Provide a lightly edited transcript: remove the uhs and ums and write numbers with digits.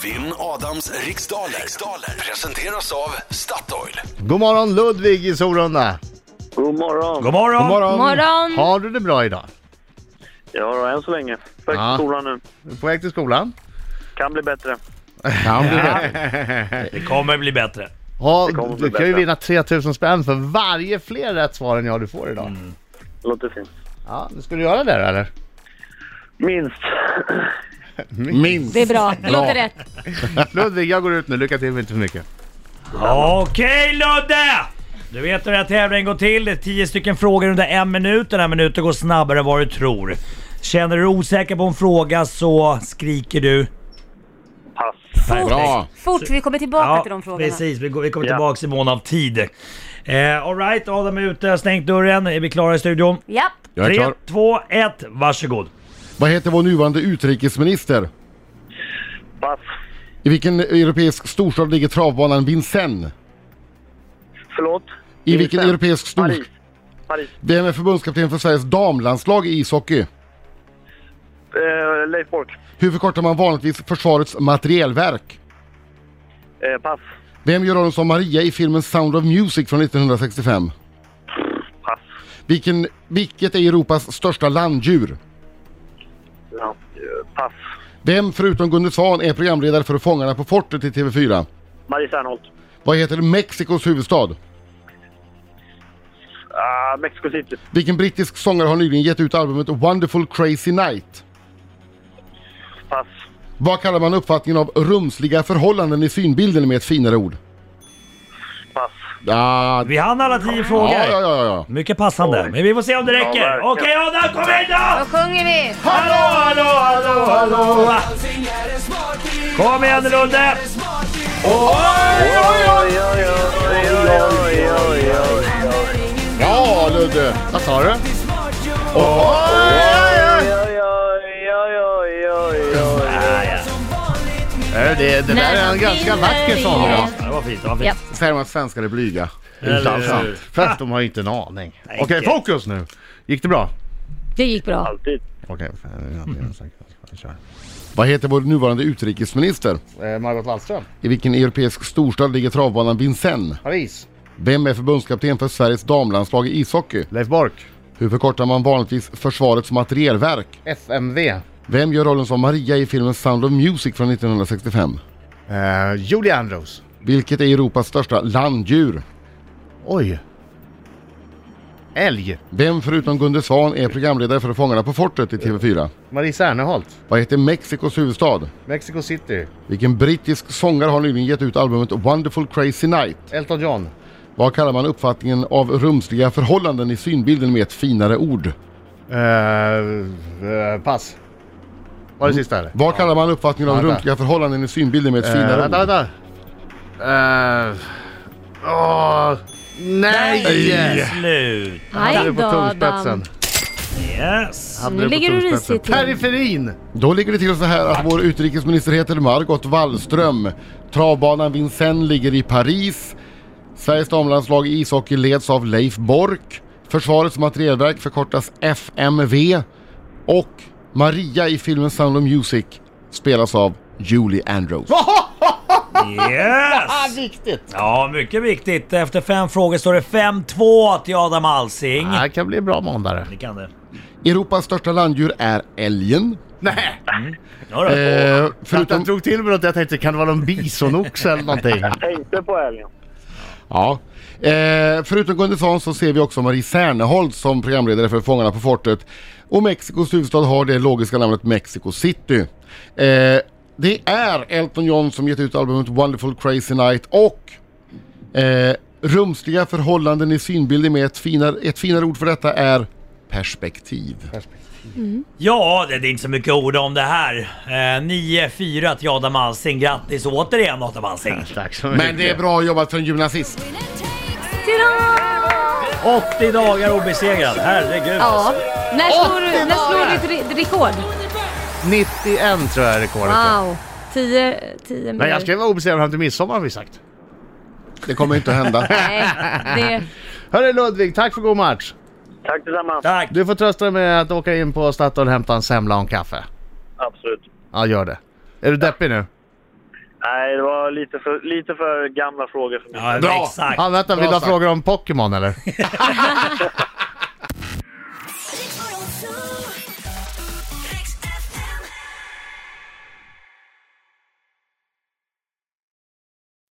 Vinn Adams riksdaler. Presenteras av Statoil. God morgon Ludvig i Sorunda. God morgon. God morgon. God morgon. Morgon. Har du det bra idag? Ja, då, än så länge. På väg till skolan nu. Du är på väg till skolan? Kan bli bättre. Kan bli bättre. Det kommer bli bättre. Ja, Det kommer bli du kan ju bättre. vinna 3000 spänn för varje fler rätt svar än jag du får idag. Det låter fint. Ja, ska du göra det då, eller? Minst. Minst. Det är bra, det låter rätt. Ludvig, jag går ut nu. Lycka till, men inte för mycket. Okej Ludde! Du vet hur den här tävlingen går till. Det är 10 stycken frågor under 1 minut. Den här minuten går snabbare än vad du tror. Känner du osäker på en fråga så skriker du. Pass. Fort, fort, vi kommer tillbaka till de frågorna. Precis, vi kommer tillbaka i mån av tid. Alright, Adam är ute, stängt dörren. Är vi klara i studion? Japp. Jag är 3, klar. 2, 1, varsågod. Vad heter vår nuvarande utrikesminister? Pass. I vilken europeisk storstad ligger travbanan Vincennes? Förlåt. I vilken europeisk storstad? Paris. Vem är förbundskapten för Sveriges damlandslag i ishockey? Leif Bork. Hur förkortar man vanligtvis Försvarets materielverk? Pass. Vem gör rollen som Maria i filmen Sound of Music från 1965? Pass. Vilket är Europas största landdjur? Ja. Pass. Vem förutom Gunde Svan är programledare för Fångarna på fortet i TV4? Marie Serneholt. Vad heter Mexikos huvudstad? Mexico City. Vilken brittisk sångare har nyligen gett ut albumet Wonderful Crazy Night? Pass. Vad kallar man uppfattningen av rumsliga förhållanden i synbilden med ett finare ord? Pass. Ja, Vi hann alla 10 frågor. ja. Mycket passande, men vi får se om det räcker. verkligen. Okej Adam, kom igen då! Då sjunger vi. Hallå! Kom igen Ludde! Ja, Ludde. Vad sa du? Det där är en ganska vacker sång. Ja, det var fint, det var fint. Japp. Säger man att svenskar är blyga? Eller Inte alls sant. hur? Fast de har inte en aning. Nej, Okej, inte. fokus nu. Gick det bra? Det gick bra. Alltid. Okej, kör. Vad heter vår nuvarande utrikesminister? Margot Wallström. I vilken europeisk storstad ligger travbanan Vincennes? Paris. Vem är förbundskapten för Sveriges damlandslag i ishockey? Leif Bork. Hur förkortar man vanligtvis Försvarets materielverk? FMV. Vem gör rollen som Maria i filmen Sound of Music från 1965? Julie Andrews. Vilket är Europas största landdjur? Oj. Älg. Vem förutom Gunde Svan är programledare för Fångarna på fortet i TV4? Marie Serneholt. Vad heter Mexikos huvudstad? Mexico City. Vilken brittisk sångare har nyligen gett ut albumet Wonderful Crazy Night? Elton John. Vad kallar man uppfattningen av rumsliga förhållanden i synbilden med ett finare ord? Pass. Var det sista eller? Vad kallar man uppfattningen av Vänta. rumsliga förhållanden i synbilden med ett finare ord? Vänta. Nej! Slut. Nej Hade du på då, Adam. tungspetsen. Yes. Hade Nu du på ligger du tungspetsen. risigt till. Periferin. Då ligger det till så här att vår utrikesminister heter Margot Wallström. Travbanan Vincennes ligger i Paris. Sveriges damlandslag i ishockey leds av Leif Bork. Försvarets materielverk förkortas FMV. Och Maria i filmen Sound of Music spelas av Julie Andrews. Yes! Viktigt. Ja, mycket viktigt. Efter 5 frågor står det 5-2 till Adam Alsing. Det här kan bli bra måndag. Det kan det. Europas största landdjur är älgen. Nej. Ja, då. Förutom... Jag drog till med något, jag tänkte kan det vara någon bisonox eller någonting? Tänkte på älgen. Ja. Förutom Gunde Svan så ser vi också Marie Serneholt som programledare för Fångarna på fortet. Och Mexikos huvudstad har det logiska namnet Mexico City. Det är Elton John som gett ut albumet Wonderful Crazy Night och rumsliga förhållanden i synbilden med ett finare ord för detta är perspektiv. Ja, det är inte så mycket ord om det här. 9-4 till Adam Alsing. Grattis återigen Adam Alsing. Tack så mycket. Men det är bra jobbat för en gymnasist. 80 dagar obesegrad, herregud. Ja. När slår du ditt rekord? 91 tror jag är rekordet. Wow. 10 Men mer. jag ska vara obesegrad fram till midsommar har vi sagt. Det kommer inte att hända. Nej, det... Hörru Ludvig, tack för god match. Tack detsamma. Tack. Du får trösta dig med att åka in på Statoil och hämta en semla och en kaffe. Absolut. Ja, gör det. Är du deppig nu? Nej, det var lite för gamla frågor för mig. Ja, Bra. exakt. Ja, vänta, vill du ha sagt. frågor om Pokémon eller? Riks Morgonzoo.